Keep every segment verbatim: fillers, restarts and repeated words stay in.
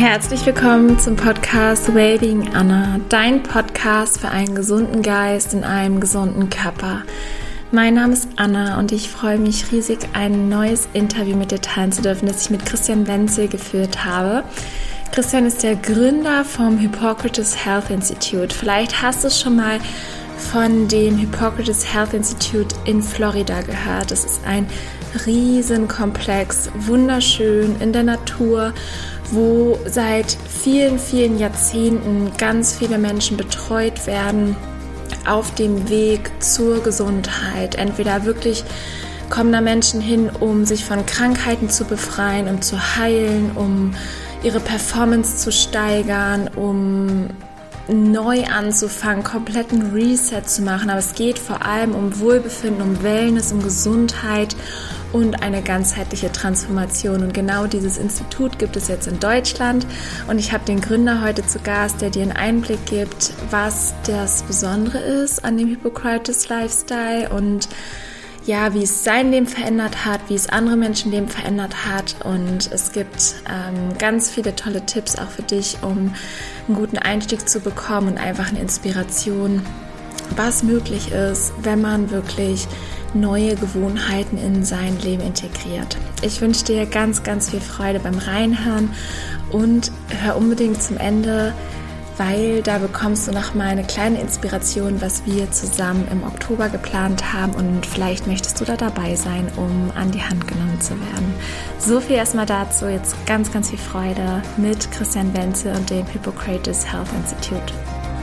Herzlich willkommen zum Podcast Wellbeing Anna, dein Podcast für einen gesunden Geist in einem gesunden Körper. Mein Name ist Anna und ich freue mich riesig, ein neues Interview mit dir teilen zu dürfen, das ich mit Christian Wenzel geführt habe. Christian ist der Gründer vom Hippocrates Health Institute. Vielleicht hast du schon mal von dem Hippocrates Health Institute in Florida gehört. Es ist ein Riesenkomplex, wunderschön in der Natur, wo seit vielen, vielen Jahrzehnten ganz viele Menschen betreut werden auf dem Weg zur Gesundheit. Entweder wirklich kommen da Menschen hin, um sich von Krankheiten zu befreien, um zu heilen, um ihre Performance zu steigern, um neu anzufangen, kompletten Reset zu machen. Aber es geht vor allem um Wohlbefinden, um Wellness, um Gesundheit und eine ganzheitliche Transformation. Und genau dieses Institut gibt es jetzt in Deutschland. Und ich habe den Gründer heute zu Gast, der dir einen Einblick gibt, was das Besondere ist an dem Hippocrates Lifestyle und ja, wie es sein Leben verändert hat, wie es andere Menschenleben verändert hat. Und es gibt ähm, ganz viele tolle Tipps auch für dich, um einen guten Einstieg zu bekommen und einfach eine Inspiration, was möglich ist, wenn man wirklich neue Gewohnheiten in sein Leben integriert. Ich wünsche dir ganz, ganz viel Freude beim Reinhören und hör unbedingt zum Ende, weil da bekommst du noch mal eine kleine Inspiration, was wir zusammen im Oktober geplant haben und vielleicht möchtest du da dabei sein, um an die Hand genommen zu werden. So viel erstmal dazu, jetzt ganz, ganz viel Freude mit Christian Wenzel und dem Hippocrates Health Institute.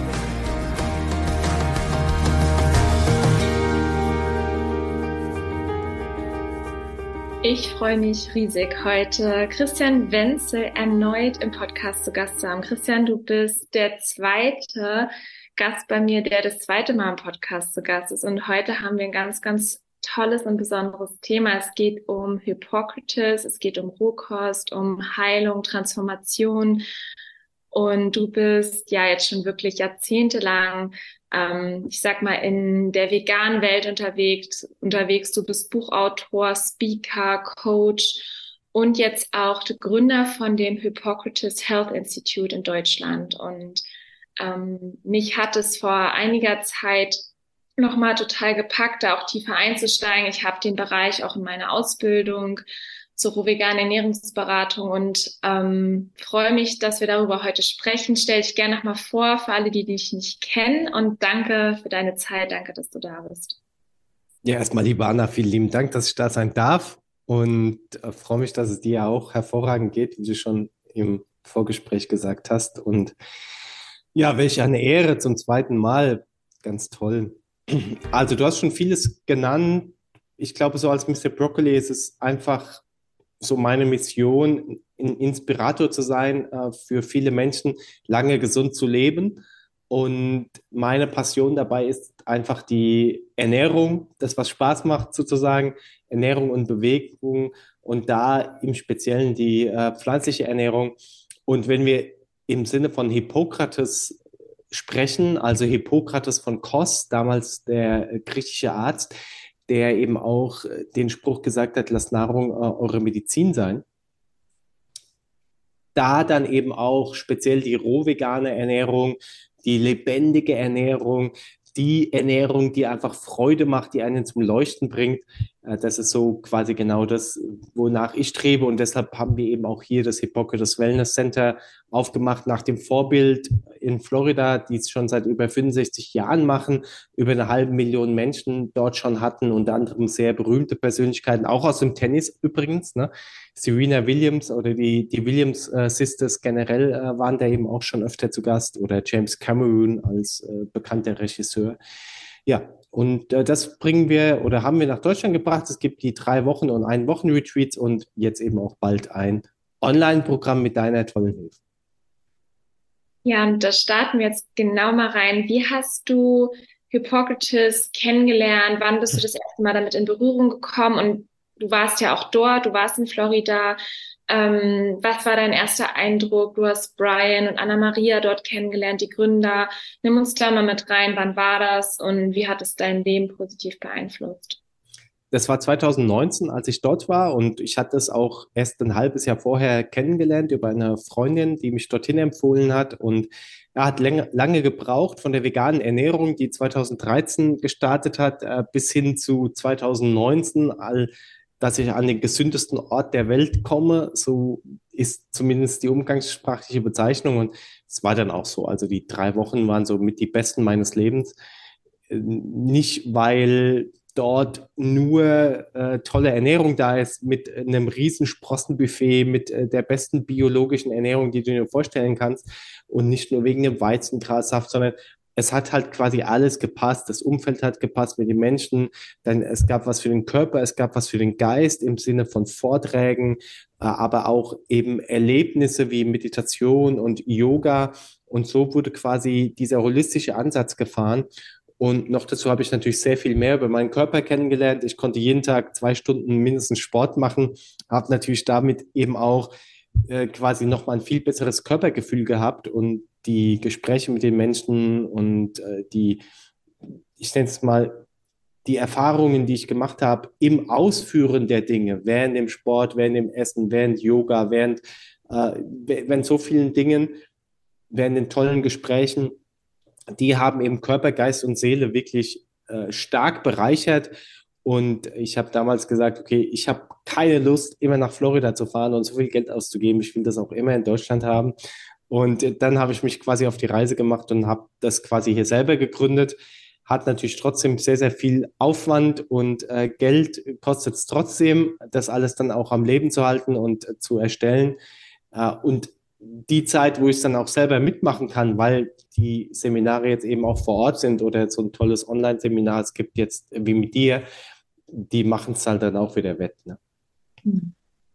Ich freue mich riesig, heute Christian Wenzel erneut im Podcast zu Gast zu haben. Christian, du bist der zweite Gast bei mir, der das zweite Mal im Podcast zu Gast ist. Und heute haben wir ein ganz, ganz tolles und besonderes Thema. Es geht um Hippocrates, es geht um Rohkost, um Heilung, Transformation. Und du bist ja jetzt schon wirklich jahrzehntelang Ähm, ich sag mal, in der veganen Welt unterwegs, unterwegs. Du bist Buchautor, Speaker, Coach und jetzt auch der Gründer von dem Hippocrates Health Institute in Deutschland. Und ähm, mich hat es vor einiger Zeit nochmal total gepackt, da auch tiefer einzusteigen. Ich habe den Bereich auch in meiner Ausbildung zur rohveganen Ernährungsberatung und ähm, freue mich, dass wir darüber heute sprechen. Stell dich gerne nochmal vor für alle, die dich nicht kennen, und danke für deine Zeit. Danke, dass du da bist. Ja, erstmal, liebe Anna, vielen lieben Dank, dass ich da sein darf und äh, freue mich, dass es dir auch hervorragend geht, wie du schon im Vorgespräch gesagt hast. Und ja, welch eine Ehre zum zweiten Mal. Ganz toll. Also du hast schon vieles genannt. Ich glaube, so als Mister Broccoli ist es einfach so meine Mission, ein Inspirator zu sein, äh, für viele Menschen, lange gesund zu leben. Und meine Passion dabei ist einfach die Ernährung, das, was Spaß macht, sozusagen, Ernährung und Bewegung und da im Speziellen die äh, pflanzliche Ernährung. Und wenn wir im Sinne von Hippokrates sprechen, also Hippokrates von Kos, damals der äh, griechische Arzt, der eben auch den Spruch gesagt hat, lasst Nahrung äh, eure Medizin sein. Da dann eben auch speziell die rohvegane Ernährung, die lebendige Ernährung, die Ernährung, die einfach Freude macht, die einen zum Leuchten bringt. Äh, das ist so quasi genau das, wonach ich strebe. Und deshalb haben wir eben auch hier das Hippocrates Wellness Center aufgemacht, nach dem Vorbild in Florida, die es schon seit über fünfundsechzig Jahren machen, über eine halbe Million Menschen dort schon hatten, unter anderem sehr berühmte Persönlichkeiten, auch aus dem Tennis übrigens, ne? Serena Williams oder die, die Williams äh, Sisters generell äh, waren da eben auch schon öfter zu Gast oder James Cameron als äh, bekannter Regisseur. Ja, und äh, das bringen wir oder haben wir nach Deutschland gebracht. Es gibt die drei Wochen und ein Wochen Retreats und jetzt eben auch bald ein Online-Programm mit deiner tollen Hilfe. Ja, und da starten wir jetzt genau mal rein. Wie hast du Hippocrates kennengelernt? Wann bist du das erste Mal damit in Berührung gekommen? Und du warst ja auch dort, du warst in Florida. Ähm, was war dein erster Eindruck? Du hast Brian und Anna-Maria dort kennengelernt, die Gründer. Nimm uns da mal mit rein. Wann war das und wie hat es dein Leben positiv beeinflusst? Das war zwanzig neunzehn, als ich dort war, und ich hatte es auch erst ein halbes Jahr vorher kennengelernt über eine Freundin, die mich dorthin empfohlen hat, und er hat lange, lange gebraucht von der veganen Ernährung, die zwanzig dreizehn gestartet hat, äh, bis hin zu zwanzig neunzehn, all, dass ich an den gesündesten Ort der Welt komme. So ist zumindest die umgangssprachliche Bezeichnung, und es war dann auch so. Also die drei Wochen waren so mit die besten meines Lebens. Nicht, weil dort nur äh, tolle Ernährung da ist, mit einem riesen Sprossenbuffet, mit äh, der besten biologischen Ernährung, die du dir vorstellen kannst, und nicht nur wegen dem Weizengrassaft, sondern es hat halt quasi alles gepasst. Das Umfeld hat gepasst mit den Menschen. Dann es gab was für den Körper, es gab was für den Geist im Sinne von Vorträgen, äh, aber auch eben Erlebnisse wie Meditation und Yoga. Und so wurde quasi dieser holistische Ansatz gefahren. Und noch dazu habe ich natürlich sehr viel mehr über meinen Körper kennengelernt. Ich konnte jeden Tag zwei Stunden mindestens Sport machen, habe natürlich damit eben auch äh, quasi nochmal ein viel besseres Körpergefühl gehabt, und die Gespräche mit den Menschen und äh, die, ich nenne es mal, die Erfahrungen, die ich gemacht habe im Ausführen der Dinge, während dem Sport, während dem Essen, während Yoga, während, äh, während so vielen Dingen, während den tollen Gesprächen, die haben eben Körper, Geist und Seele wirklich äh, stark bereichert. Und ich habe damals gesagt, okay, ich habe keine Lust, immer nach Florida zu fahren und so viel Geld auszugeben. Ich will das auch immer in Deutschland haben. Und äh, dann habe ich mich quasi auf die Reise gemacht und habe das quasi hier selber gegründet. Hat natürlich trotzdem sehr, sehr viel Aufwand, und äh, Geld kostet es trotzdem, das alles dann auch am Leben zu halten und äh, zu erstellen. Äh, und die Zeit, wo ich es dann auch selber mitmachen kann, weil die Seminare jetzt eben auch vor Ort sind oder so ein tolles Online-Seminar es gibt jetzt wie mit dir, die machen es halt dann auch wieder wett. Ne? Hm.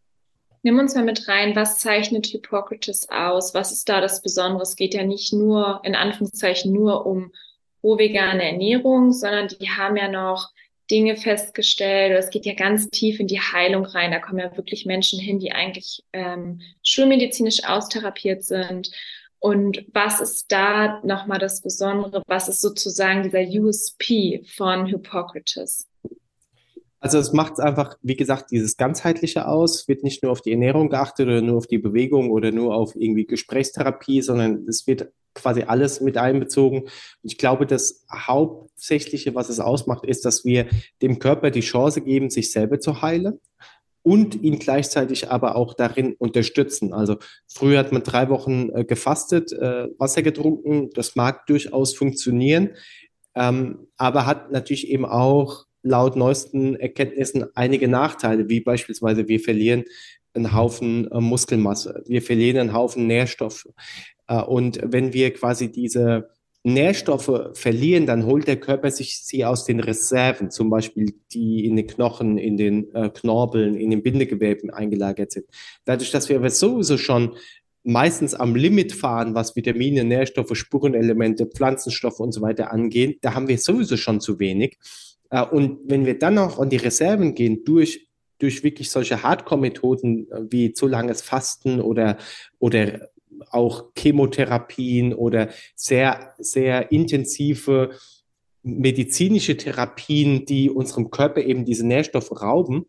Nimm uns mal mit rein, was zeichnet Hippokrates aus? Was ist da das Besondere? Es geht ja nicht nur, in Anführungszeichen, nur um rohvegane Ernährung, sondern die haben ja noch Dinge festgestellt. Es geht ja ganz tief in die Heilung rein. Da kommen ja wirklich Menschen hin, die eigentlich ähm, schulmedizinisch austherapiert sind. Und was ist da nochmal das Besondere? Was ist sozusagen dieser U S P von Hippokrates? Also es macht einfach, wie gesagt, dieses Ganzheitliche aus, wird nicht nur auf die Ernährung geachtet oder nur auf die Bewegung oder nur auf irgendwie Gesprächstherapie, sondern es wird quasi alles mit einbezogen. Und ich glaube, das Hauptsächliche, was es ausmacht, ist, dass wir dem Körper die Chance geben, sich selber zu heilen und ihn gleichzeitig aber auch darin unterstützen. Also früher hat man drei Wochen äh, gefastet, äh, Wasser getrunken, das mag durchaus funktionieren, ähm, aber hat natürlich eben auch laut neuesten Erkenntnissen einige Nachteile, wie beispielsweise wir verlieren einen Haufen äh, Muskelmasse, wir verlieren einen Haufen Nährstoffe. Äh, und wenn wir quasi diese Nährstoffe verlieren, dann holt der Körper sich sie aus den Reserven, zum Beispiel die in den Knochen, in den äh, Knorpeln, in den Bindegeweben eingelagert sind. Dadurch, dass wir aber sowieso schon meistens am Limit fahren, was Vitamine, Nährstoffe, Spurenelemente, Pflanzenstoffe und so weiter angeht, da haben wir sowieso schon zu wenig. Äh, und wenn wir dann auch an die Reserven gehen, durch, durch wirklich solche Hardcore-Methoden äh, wie zu langes Fasten oder, oder auch Chemotherapien oder sehr, sehr intensive medizinische Therapien, die unserem Körper eben diese Nährstoffe rauben,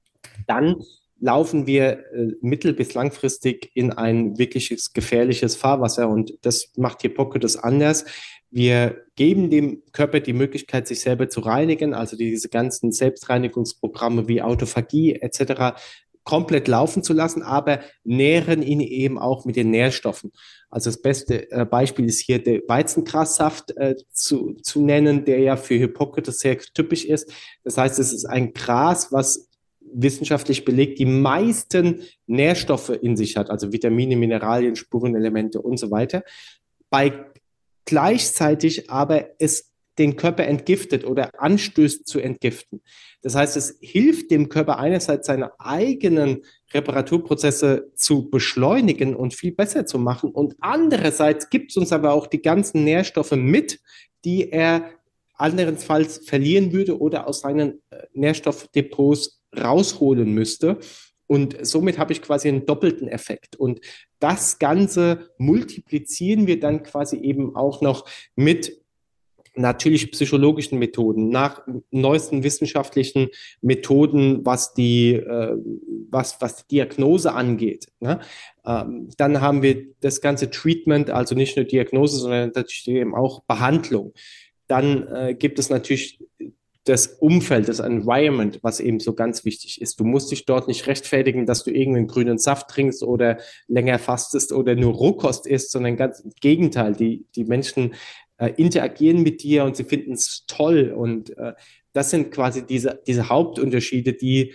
dann laufen wir äh, mittel- bis langfristig in ein wirkliches gefährliches Fahrwasser, und das macht Hippokrates anders. Wir geben dem Körper die Möglichkeit, sich selber zu reinigen, also diese ganzen Selbstreinigungsprogramme wie Autophagie et cetera komplett laufen zu lassen, aber nähren ihn eben auch mit den Nährstoffen. Also das beste äh, Beispiel ist hier der Weizengrassaft äh, zu, zu nennen, der ja für Hippokrates sehr typisch ist. Das heißt, es ist ein Gras, was wissenschaftlich belegt die meisten Nährstoffe in sich hat, also Vitamine, Mineralien, Spurenelemente und so weiter, bei gleichzeitig aber es den Körper entgiftet oder anstößt zu entgiften. Das heißt, es hilft dem Körper einerseits seine eigenen Reparaturprozesse zu beschleunigen und viel besser zu machen, und andererseits gibt es uns aber auch die ganzen Nährstoffe mit, die er anderenfalls verlieren würde oder aus seinen Nährstoffdepots rausholen müsste. Und somit habe ich quasi einen doppelten Effekt. Und das Ganze multiplizieren wir dann quasi eben auch noch mit natürlich psychologischen Methoden, nach neuesten wissenschaftlichen Methoden, was die, äh, was, was die Diagnose angeht. Ne? Ähm, dann haben wir das ganze Treatment, also nicht nur Diagnose, sondern natürlich eben auch Behandlung. Dann äh, gibt es natürlich das Umfeld, das Environment, was eben so ganz wichtig ist. Du musst dich dort nicht rechtfertigen, dass du irgendeinen grünen Saft trinkst oder länger fastest oder nur Rohkost isst, sondern ganz im Gegenteil. Die, die Menschen äh, interagieren mit dir und sie finden es toll. Und äh, das sind quasi diese, diese Hauptunterschiede, die,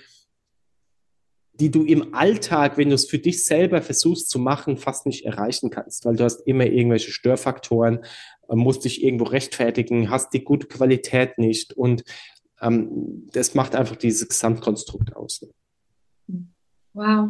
die du im Alltag, wenn du es für dich selber versuchst zu machen, fast nicht erreichen kannst, weil du hast immer irgendwelche Störfaktoren, äh, musst dich irgendwo rechtfertigen, hast die gute Qualität nicht und ähm, das macht einfach dieses Gesamtkonstrukt aus. Wow.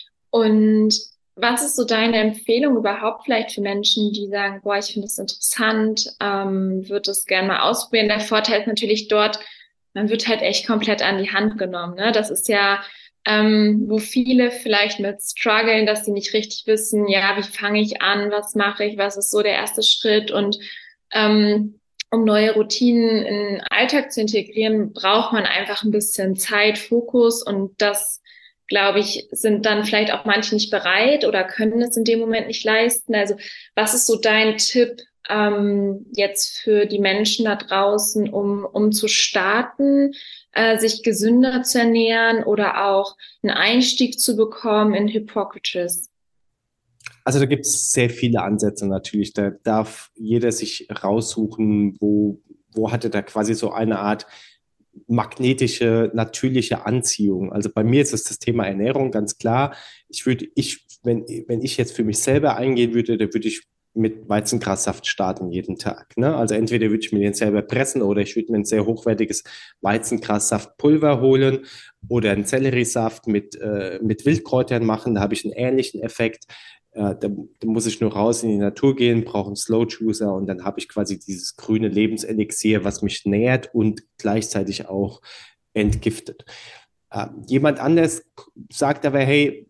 Und was ist so deine Empfehlung überhaupt vielleicht für Menschen, die sagen, boah, ich finde das interessant, ähm, würde es gerne mal ausprobieren. Der Vorteil ist natürlich dort, man wird halt echt komplett an die Hand genommen. Ne? Das ist ja, ähm, wo viele vielleicht mit strugglen, dass sie nicht richtig wissen, ja, wie fange ich an, was mache ich, was ist so der erste Schritt und ähm, um neue Routinen in den Alltag zu integrieren, braucht man einfach ein bisschen Zeit, Fokus und das, glaube ich, sind dann vielleicht auch manche nicht bereit oder können es in dem Moment nicht leisten. Also was ist so dein Tipp ähm, jetzt für die Menschen da draußen, um, um zu starten, äh, sich gesünder zu ernähren oder auch einen Einstieg zu bekommen in Hippocrates? Also da gibt es sehr viele Ansätze natürlich. Da darf jeder sich raussuchen, wo, wo hatte da quasi so eine Art magnetische, natürliche Anziehung. Also bei mir ist es das Thema Ernährung, ganz klar. Ich würde, ich, wenn, wenn ich jetzt für mich selber eingehen würde, dann würde ich mit Weizengrassaft starten jeden Tag. Ne? Also entweder würde ich mir den selber pressen oder ich würde mir ein sehr hochwertiges Weizengrassaftpulver holen oder einen Selleriesaft mit, äh, mit Wildkräutern machen. Da habe ich einen ähnlichen Effekt. Äh, da, da muss ich nur raus in die Natur gehen, brauche einen Slow Juicer und dann habe ich quasi dieses grüne Lebenselixier, was mich nährt und gleichzeitig auch entgiftet. Äh, jemand anders sagt aber, hey,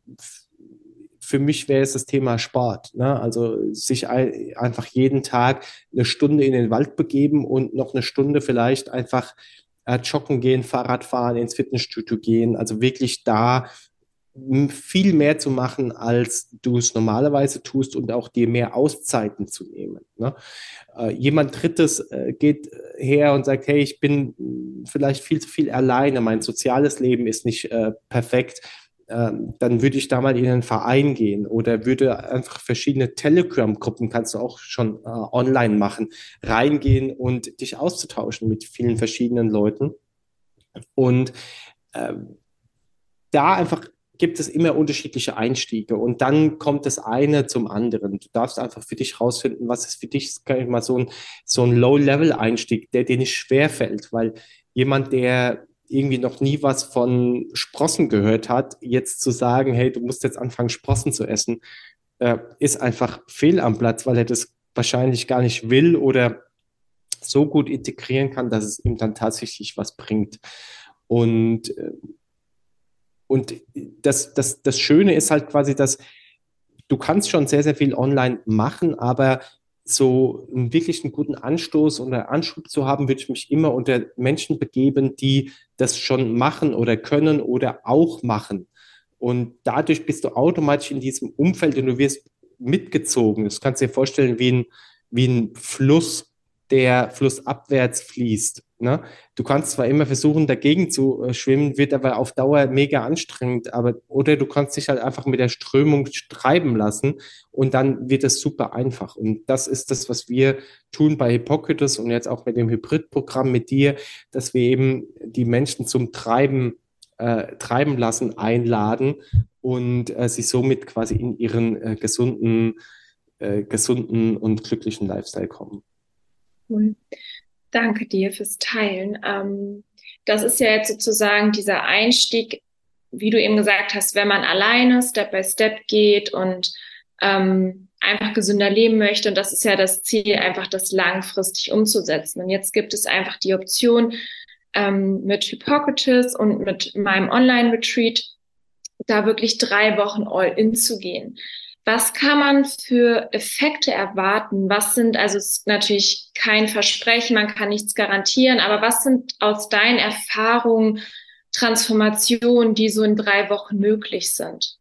für mich wäre es das Thema Sport. Ne? Also sich ein, einfach jeden Tag eine Stunde in den Wald begeben und noch eine Stunde vielleicht einfach äh, joggen gehen, Fahrrad fahren, ins Fitnessstudio gehen. Also wirklich da viel mehr zu machen, als du es normalerweise tust und auch dir mehr Auszeiten zu nehmen. Ne? Äh, jemand Drittes äh, geht her und sagt, hey, ich bin vielleicht viel zu viel alleine, mein soziales Leben ist nicht äh, perfekt. Ähm, dann würde ich da mal in einen Verein gehen oder würde einfach verschiedene Telegram-Gruppen, kannst du auch schon äh, online machen, reingehen und dich auszutauschen mit vielen verschiedenen Leuten. Und äh, da einfach gibt es immer unterschiedliche Einstiege und dann kommt das eine zum anderen. Du darfst einfach für dich rausfinden, was ist für dich, kann ich mal so ein, so ein Low-Level-Einstieg, der dir nicht schwerfällt, weil jemand, der irgendwie noch nie was von Sprossen gehört hat, jetzt zu sagen, hey, du musst jetzt anfangen, Sprossen zu essen, äh, ist einfach fehl am Platz, weil er das wahrscheinlich gar nicht will oder so gut integrieren kann, dass es ihm dann tatsächlich was bringt. Und äh, Und das, das, das Schöne ist halt quasi, dass du kannst schon sehr, sehr viel online machen, aber so einen wirklich einen guten Anstoß oder Anschub zu haben, würde ich mich immer unter Menschen begeben, die das schon machen oder können oder auch machen. Und dadurch bist du automatisch in diesem Umfeld und du wirst mitgezogen. Das kannst du dir vorstellen wie ein, wie ein Fluss, der flussabwärts fließt. Ne? Du kannst zwar immer versuchen, dagegen zu äh, schwimmen, wird aber auf Dauer mega anstrengend, aber oder du kannst dich halt einfach mit der Strömung treiben lassen und dann wird es super einfach. Und das ist das, was wir tun bei Hippocrates und jetzt auch mit dem Hybridprogramm mit dir, dass wir eben die Menschen zum Treiben, äh, treiben lassen, einladen und äh, sie somit quasi in ihren äh, gesunden, äh, gesunden und glücklichen Lifestyle kommen. Cool. Danke dir fürs Teilen. Ähm, das ist ja jetzt sozusagen dieser Einstieg, wie du eben gesagt hast, wenn man alleine Step by Step geht und ähm, einfach gesünder leben möchte. Und das ist ja das Ziel, einfach das langfristig umzusetzen. Und jetzt gibt es einfach die Option ähm, mit Hippocrates und mit meinem Online-Retreat, da wirklich drei Wochen all in zu gehen. Was kann man für Effekte erwarten? Was sind, also es ist natürlich kein Versprechen, man kann nichts garantieren, aber was sind aus deinen Erfahrungen Transformationen, die so in drei Wochen möglich sind?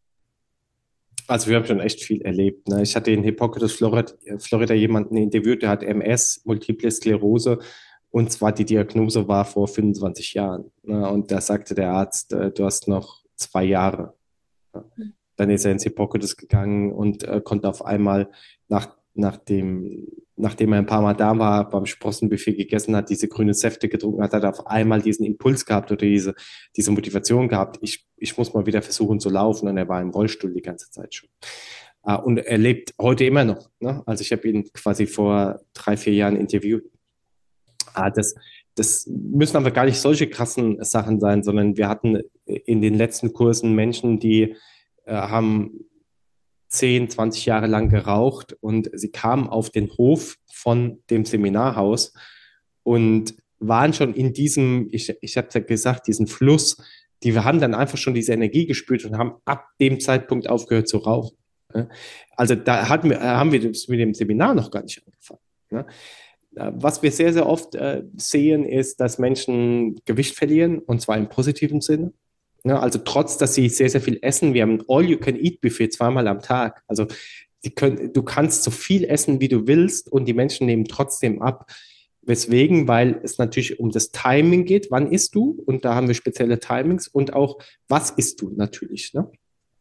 Also wir haben schon echt viel erlebt. Ne? Ich hatte in Hippocrates, Florida, Florida jemanden interviewt, der hat M S, Multiple Sklerose, und zwar die Diagnose war vor fünfundzwanzig Jahren. Ne? Und da sagte der Arzt, äh, du hast noch zwei Jahre. Ja. Dann ist er ins Hippocrates gegangen und äh, konnte auf einmal nach, nach dem, nachdem er ein paar Mal da war, beim Sprossenbuffet gegessen hat, diese grünen Säfte getrunken hat, hat er auf einmal diesen Impuls gehabt oder diese, diese Motivation gehabt, ich, ich muss mal wieder versuchen zu laufen, und er war im Rollstuhl die ganze Zeit schon. Uh, und er lebt heute immer noch. Ne? Also ich habe ihn quasi vor drei, vier Jahren interviewt. Uh, das, das müssen aber gar nicht solche krassen Sachen sein, sondern wir hatten in den letzten Kursen Menschen, die äh, haben zehn, zwanzig Jahre lang geraucht, und sie kamen auf den Hof von dem Seminarhaus und waren schon in diesem, ich, ich habe ja gesagt, diesen Fluss, die wir haben dann einfach schon diese Energie gespürt und haben ab dem Zeitpunkt aufgehört zu rauchen. Also da hatten wir, haben wir das mit dem Seminar noch gar nicht angefangen. Was wir sehr, sehr oft äh, sehen, ist, dass Menschen Gewicht verlieren, und zwar im positiven Sinne. Ja, also trotz, dass sie sehr, sehr viel essen. Wir haben ein All-You-Can-Eat-Buffet zweimal am Tag. Also die können, du kannst so viel essen, wie du willst, und die Menschen nehmen trotzdem ab. Weswegen? Weil es natürlich um das Timing geht. Wann isst du? Und da haben wir spezielle Timings. Und auch, was isst du natürlich. Ne?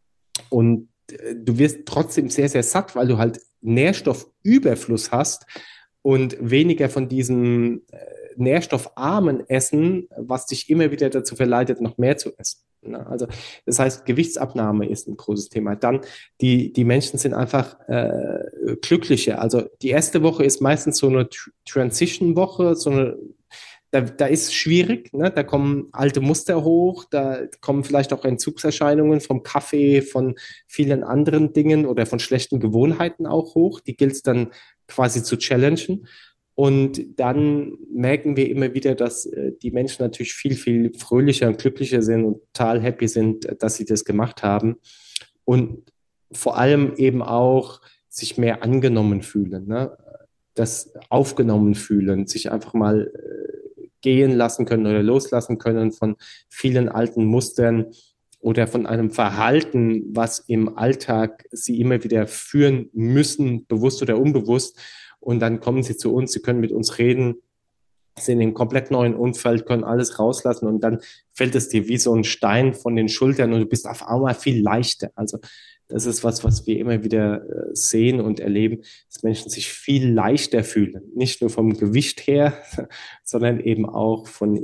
Und äh, du wirst trotzdem sehr, sehr satt, weil du halt Nährstoffüberfluss hast und weniger von diesem äh, nährstoffarmen Essen, was dich immer wieder dazu verleitet, noch mehr zu essen. Ne? Also das heißt, Gewichtsabnahme ist ein großes Thema. Dann, die, die Menschen sind einfach äh, glücklicher. Also die erste Woche ist meistens so eine Transition-Woche, so eine, da, da ist schwierig, ne? Da kommen alte Muster hoch, da kommen vielleicht auch Entzugserscheinungen vom Kaffee, von vielen anderen Dingen oder von schlechten Gewohnheiten auch hoch. Die gilt es dann quasi zu challengen. Und dann merken wir immer wieder, dass äh, die Menschen natürlich viel, viel fröhlicher und glücklicher sind und total happy sind, dass sie das gemacht haben. Und vor allem eben auch sich mehr angenommen fühlen, ne? Das aufgenommen fühlen, sich einfach mal äh, gehen lassen können oder loslassen können von vielen alten Mustern oder von einem Verhalten, was im Alltag sie immer wieder führen müssen, bewusst oder unbewusst. Und dann kommen sie zu uns, sie können mit uns reden, sind in einem komplett neuen Umfeld, können alles rauslassen, und dann fällt es dir wie so ein Stein von den Schultern und du bist auf einmal viel leichter. Also das ist was, was wir immer wieder sehen und erleben, dass Menschen sich viel leichter fühlen. Nicht nur vom Gewicht her, sondern eben auch von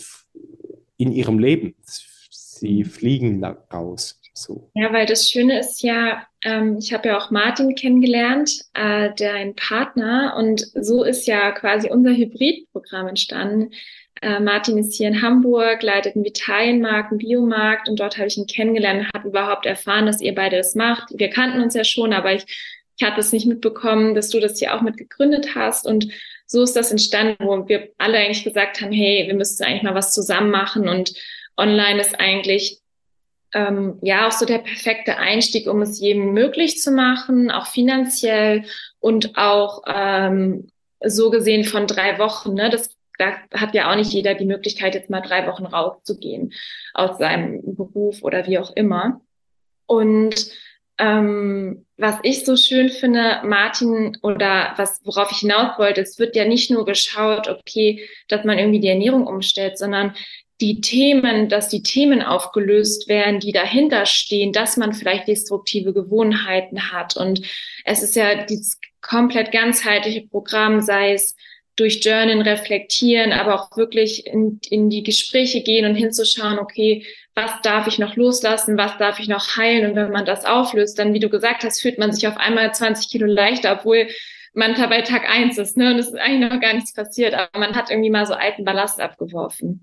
in ihrem Leben. Sie fliegen raus. So. Ja, weil das Schöne ist ja, ähm, ich habe ja auch Martin kennengelernt, äh, der ein Partner, und so ist ja quasi unser Hybridprogramm entstanden. Äh, Martin ist hier in Hamburg, leitet einen Vitalienmarkt, einen Biomarkt, und dort habe ich ihn kennengelernt und habe überhaupt erfahren, dass ihr beide das macht. Wir kannten uns ja schon, aber ich, ich hatte es nicht mitbekommen, dass du das hier auch mit gegründet hast, und so ist das entstanden, wo wir alle eigentlich gesagt haben, hey, wir müssten eigentlich mal was zusammen machen, und online ist eigentlich Ähm, ja, auch so der perfekte Einstieg, um es jedem möglich zu machen, auch finanziell und auch ähm, so gesehen von drei Wochen. Ne? Das, da hat ja auch nicht jeder die Möglichkeit, jetzt mal drei Wochen rauszugehen aus seinem Beruf oder wie auch immer. Und ähm, was ich so schön finde, Martin, oder was, worauf ich hinaus wollte, es wird ja nicht nur geschaut, okay, dass man irgendwie die Ernährung umstellt, sondern die Themen, dass die Themen aufgelöst werden, die dahinter stehen, dass man vielleicht destruktive Gewohnheiten hat. Und es ist ja dieses komplett ganzheitliche Programm, sei es durch Journalen reflektieren, aber auch wirklich in, in die Gespräche gehen und hinzuschauen, okay, was darf ich noch loslassen, was darf ich noch heilen? Und wenn man das auflöst, dann, wie du gesagt hast, fühlt man sich auf einmal zwanzig Kilo leichter, obwohl man da bei Tag eins ist, ne? Und es ist eigentlich noch gar nichts passiert, aber man hat irgendwie mal so alten Ballast abgeworfen.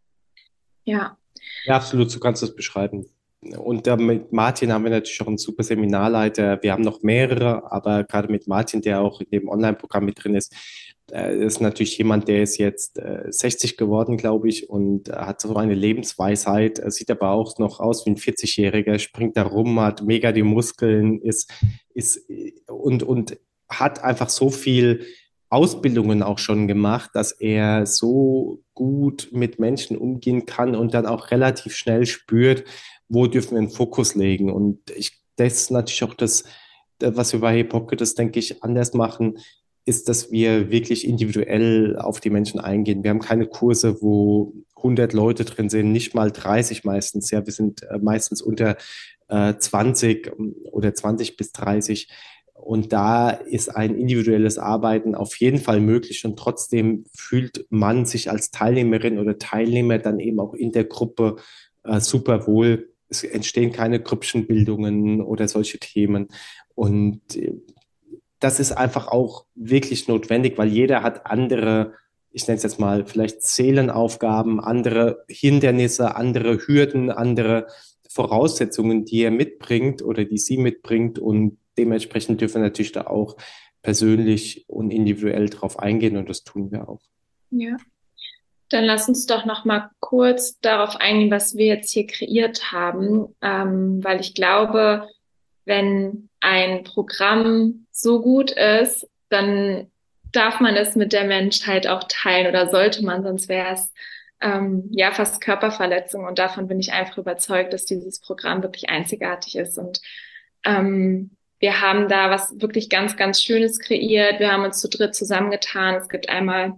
Ja. Ja, absolut, so kannst du es beschreiben. Und äh, mit Martin haben wir natürlich auch einen super Seminarleiter. Wir haben noch mehrere, aber gerade mit Martin, der auch in dem Online-Programm mit drin ist, äh, ist natürlich jemand, der ist jetzt äh, sechzig geworden, glaube ich, und äh, hat so eine Lebensweisheit, äh, sieht aber auch noch aus wie ein vierzig-Jähriger, springt da rum, hat mega die Muskeln, ist, ist und, und hat einfach so viel Ausbildungen auch schon gemacht, dass er so gut mit Menschen umgehen kann und dann auch relativ schnell spürt, wo dürfen wir den Fokus legen. Und ich, das ist natürlich auch das, was wir bei Hippocrates, denke ich, anders machen, ist, dass wir wirklich individuell auf die Menschen eingehen. Wir haben keine Kurse, wo hundert Leute drin sind, nicht mal dreißig meistens. Ja, wir sind äh, meistens unter äh, zwanzig oder zwanzig bis dreißig. Und da ist ein individuelles Arbeiten auf jeden Fall möglich und trotzdem fühlt man sich als Teilnehmerin oder Teilnehmer dann eben auch in der Gruppe äh, super wohl. Es entstehen keine Grüppchenbildungen oder solche Themen. Und äh, das ist einfach auch wirklich notwendig, weil jeder hat andere, ich nenne es jetzt mal, vielleicht Seelenaufgaben, andere Hindernisse, andere Hürden, andere Voraussetzungen, die er mitbringt oder die sie mitbringt. Und dementsprechend dürfen wir natürlich da auch persönlich und individuell drauf eingehen und das tun wir auch. Ja. Dann lass uns doch noch mal kurz darauf eingehen, was wir jetzt hier kreiert haben, ähm, weil ich glaube, wenn ein Programm so gut ist, dann darf man es mit der Menschheit auch teilen oder sollte man, sonst wäre es ähm, ja fast Körperverletzung. Und davon bin ich einfach überzeugt, dass dieses Programm wirklich einzigartig ist. Und ähm, wir haben da was wirklich ganz, ganz Schönes kreiert. Wir haben uns zu dritt zusammengetan. Es gibt einmal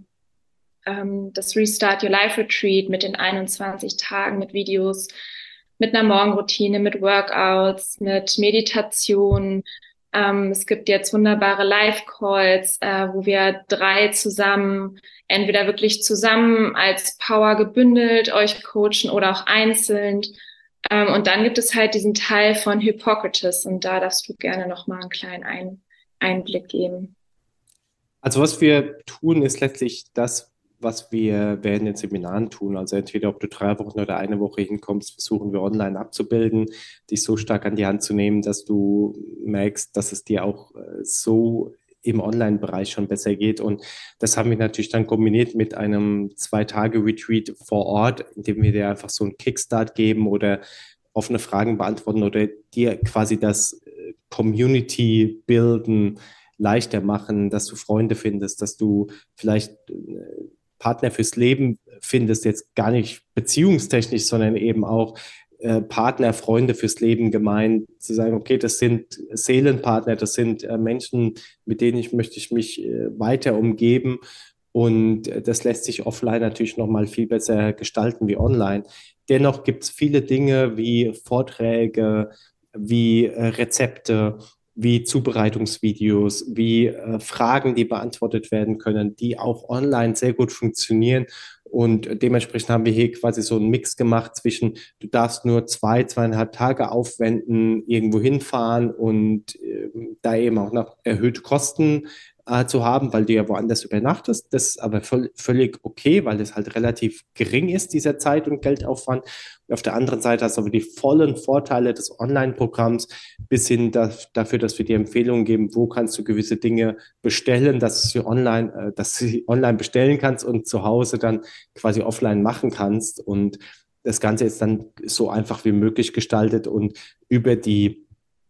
ähm, das Restart Your Life Retreat mit den einundzwanzig Tagen, mit Videos, mit einer Morgenroutine, mit Workouts, mit Meditation. Ähm, es gibt jetzt wunderbare Live-Calls, äh, wo wir drei zusammen, entweder wirklich zusammen als Power gebündelt euch coachen oder auch einzeln. Ähm, und dann gibt es halt diesen Teil von Hippocrates und da darfst du gerne nochmal einen kleinen Ein- Einblick geben. Also was wir tun, ist letztlich das, was wir während den Seminaren tun. Also entweder ob du drei Wochen oder eine Woche hinkommst, versuchen wir online abzubilden, dich so stark an die Hand zu nehmen, dass du merkst, dass es dir auch äh, so im Online-Bereich schon besser geht. Und das haben wir natürlich dann kombiniert mit einem Zwei-Tage-Retreat vor Ort, in dem wir dir einfach so einen Kickstart geben oder offene Fragen beantworten oder dir quasi das äh, Community bilden leichter machen, dass du Freunde findest, dass du vielleicht äh, Partner fürs Leben findest, jetzt gar nicht beziehungstechnisch, sondern eben auch äh, Partner, Freunde fürs Leben gemeint, zu sagen, okay, das sind Seelenpartner, das sind äh, Menschen, mit denen ich möchte ich mich äh, weiter umgeben. Und äh, das lässt sich offline natürlich noch mal viel besser gestalten wie online. Dennoch gibt es viele Dinge wie Vorträge, wie äh, Rezepte, wie Zubereitungsvideos, wie äh, Fragen, die beantwortet werden können, die auch online sehr gut funktionieren. Und dementsprechend haben wir hier quasi so einen Mix gemacht zwischen, du darfst nur zwei, zweieinhalb Tage aufwenden, irgendwo hinfahren und äh, da eben auch noch erhöhte Kosten äh, zu haben, weil du ja woanders übernachtest. Das ist aber voll, völlig okay, weil das halt relativ gering ist, dieser Zeit- und Geldaufwand. Und auf der anderen Seite hast du aber die vollen Vorteile des Online-Programms bis hin da, dafür, dass wir dir Empfehlungen geben, wo kannst du gewisse Dinge bestellen, dass du sie online, äh, dass du sie online bestellen kannst und zu Hause dann quasi offline machen kannst. Und das Ganze ist dann so einfach wie möglich gestaltet und über die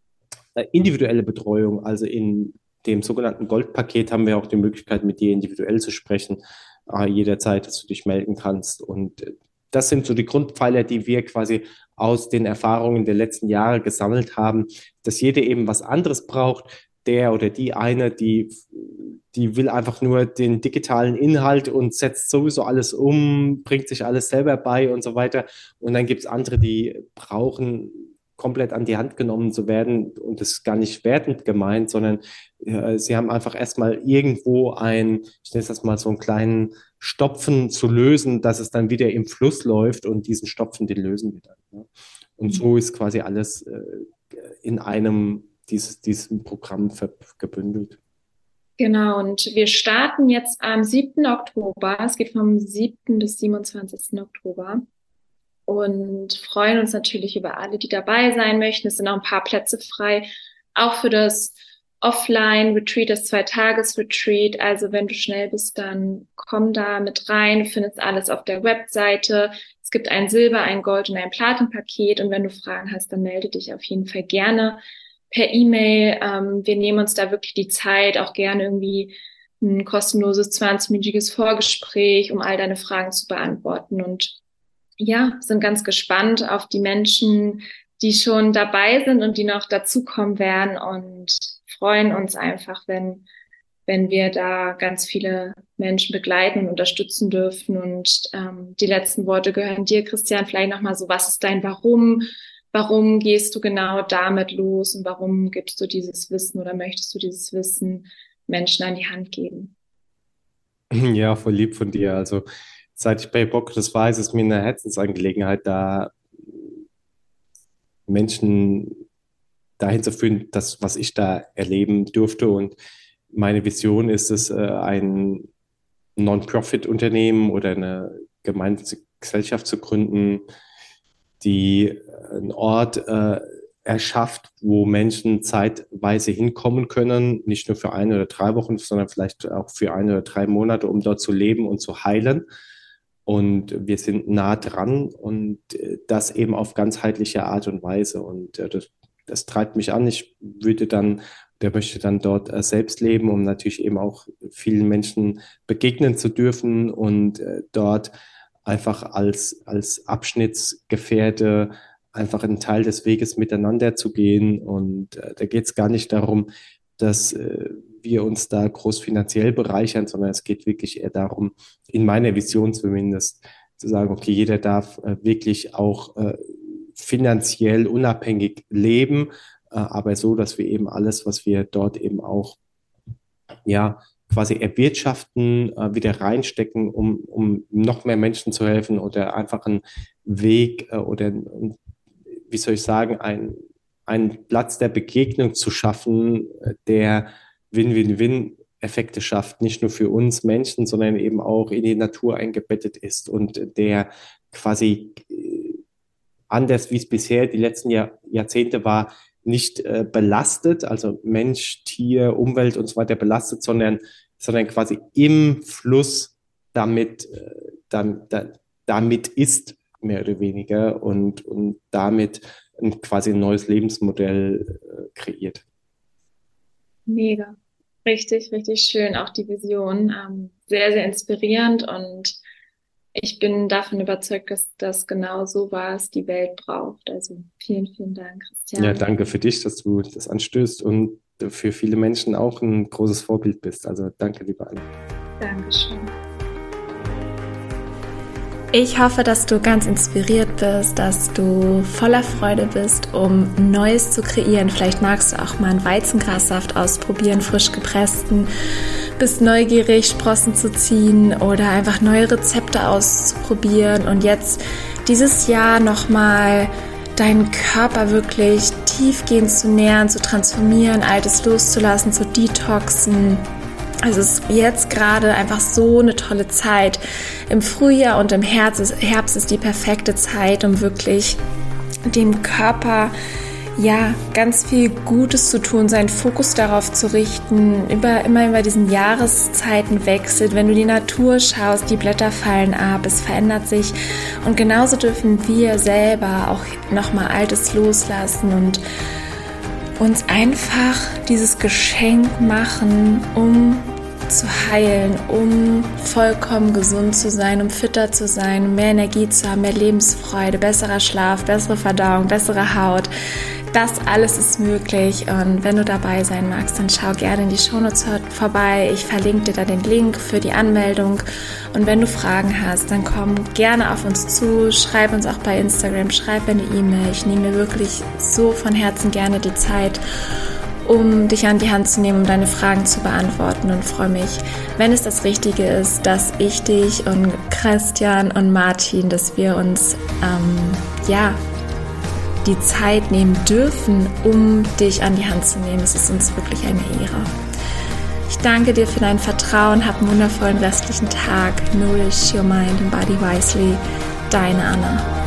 äh, individuelle Betreuung, also in dem sogenannten Goldpaket, haben wir auch die Möglichkeit, mit dir individuell zu sprechen, äh, jederzeit, dass du dich melden kannst. Und äh, das sind so die Grundpfeiler, die wir quasi aus den Erfahrungen der letzten Jahre gesammelt haben, dass jeder eben was anderes braucht. Der oder die eine, die, die will einfach nur den digitalen Inhalt und setzt sowieso alles um, bringt sich alles selber bei und so weiter. Und dann gibt es andere, die brauchen komplett an die Hand genommen zu werden und das ist gar nicht wertend gemeint, sondern äh, sie haben einfach erstmal irgendwo ein, ich nenne das mal so einen kleinen Stopfen zu lösen, dass es dann wieder im Fluss läuft und diesen Stopfen, den lösen wir dann. Ja. Und so ist quasi alles äh, in einem dieses, diesem Programm ver- gebündelt. Genau, und wir starten jetzt am siebten Oktober. Es geht vom siebten bis siebenundzwanzigsten Oktober. Und freuen uns natürlich über alle, die dabei sein möchten. Es sind auch ein paar Plätze frei, auch für das Offline-Retreat, das Zwei-Tages-Retreat. Also wenn du schnell bist, dann komm da mit rein. Du findest alles auf der Webseite. Es gibt ein Silber-, ein Gold- und ein Platin-Paket. Und wenn du Fragen hast, dann melde dich auf jeden Fall gerne per E-Mail. Ähm, wir nehmen uns da wirklich die Zeit, auch gerne irgendwie ein kostenloses zwanzig-minütiges Vorgespräch, um all deine Fragen zu beantworten. Und ja, sind ganz gespannt auf die Menschen, die schon dabei sind und die noch dazukommen werden, und freuen uns einfach, wenn, wenn wir da ganz viele Menschen begleiten und unterstützen dürfen. Und ähm, die letzten Worte gehören dir, Christian. Vielleicht nochmal so, was ist dein Warum? Warum gehst du genau damit los und warum gibst du dieses Wissen oder möchtest du dieses Wissen Menschen an die Hand geben? Ja, voll lieb von dir. Also seit ich bei Bock das war, ist es mir eine Herzensangelegenheit, da Menschen dahin zu führen, das, was ich da erleben durfte. Und meine Vision ist es, äh, ein Non-Profit-Unternehmen oder eine gemeinnützige Gesellschaft zu gründen, die einen Ort äh, erschafft, wo Menschen zeitweise hinkommen können, nicht nur für eine oder drei Wochen, sondern vielleicht auch für eine oder drei Monate, um dort zu leben und zu heilen. Und wir sind nah dran und äh, das eben auf ganzheitliche Art und Weise. Und äh, das, das treibt mich an. Ich würde dann, der möchte dann dort äh, selbst leben, um natürlich eben auch vielen Menschen begegnen zu dürfen und äh, dort einfach als, als Abschnittsgefährte einfach einen Teil des Weges miteinander zu gehen. Und äh, da geht es gar nicht darum, dass äh, wir uns da groß finanziell bereichern, sondern es geht wirklich eher darum, in meiner Vision zumindest, zu sagen, okay, jeder darf äh, wirklich auch äh, finanziell unabhängig leben, äh, aber so, dass wir eben alles, was wir dort eben auch, ja, quasi erwirtschaften, äh, wieder reinstecken, um, um noch mehr Menschen zu helfen oder einfach einen Weg äh, oder, wie soll ich sagen, ein, einen Platz der Begegnung zu schaffen, äh, der Win-Win-Win-Effekte schafft, nicht nur für uns Menschen, sondern eben auch in die Natur eingebettet ist und der quasi äh, anders, wie es bisher die letzten Jahr, Jahrzehnte war, nicht äh, belastet, also Mensch, Tier, Umwelt und so weiter belastet, sondern, sondern quasi im Fluss damit, äh, dann, da, damit ist, mehr oder weniger, und, und damit ein, quasi ein neues Lebensmodell äh, kreiert. Mega. Richtig, richtig schön. Auch die Vision. Ähm, sehr, sehr inspirierend, und ich bin davon überzeugt, dass das genau so was die Welt braucht. Also vielen, vielen Dank, Christian. Ja, danke für dich, dass du das anstößt und für viele Menschen auch ein großes Vorbild bist. Also danke, liebe Anna. Dankeschön. Ich hoffe, dass du ganz inspiriert bist, dass du voller Freude bist, um Neues zu kreieren. Vielleicht magst du auch mal einen Weizengrassaft ausprobieren, frisch gepressten, bist neugierig, Sprossen zu ziehen oder einfach neue Rezepte auszuprobieren und jetzt dieses Jahr nochmal deinen Körper wirklich tiefgehend zu nähren, zu transformieren, Altes loszulassen, zu detoxen. Also es ist jetzt gerade einfach so eine tolle Zeit. Im Frühjahr und im Herbst ist, Herbst ist die perfekte Zeit, um wirklich dem Körper ja ganz viel Gutes zu tun, seinen Fokus darauf zu richten, über, immer über diesen Jahreszeiten wechselt. Wenn du die Natur schaust, die Blätter fallen ab, es verändert sich. Und genauso dürfen wir selber auch nochmal Altes loslassen und uns einfach dieses Geschenk machen, um zu heilen, um vollkommen gesund zu sein, um fitter zu sein, um mehr Energie zu haben, mehr Lebensfreude, besserer Schlaf, bessere Verdauung, bessere Haut. Das alles ist möglich, und wenn du dabei sein magst, dann schau gerne in die Shownotes vorbei. Ich verlinke dir da den Link für die Anmeldung, und wenn du Fragen hast, dann komm gerne auf uns zu, schreib uns auch bei Instagram, schreib eine E-Mail. Ich nehme mir wirklich so von Herzen gerne die Zeit, um dich an die Hand zu nehmen, um deine Fragen zu beantworten, und freue mich, wenn es das Richtige ist, dass ich dich und Christian und Martin, dass wir uns ähm, ja die Zeit nehmen dürfen, um dich an die Hand zu nehmen. Es ist uns wirklich eine Ehre. Ich danke dir für dein Vertrauen, hab einen wundervollen restlichen Tag. Nourish your mind and body wisely. Deine Anna.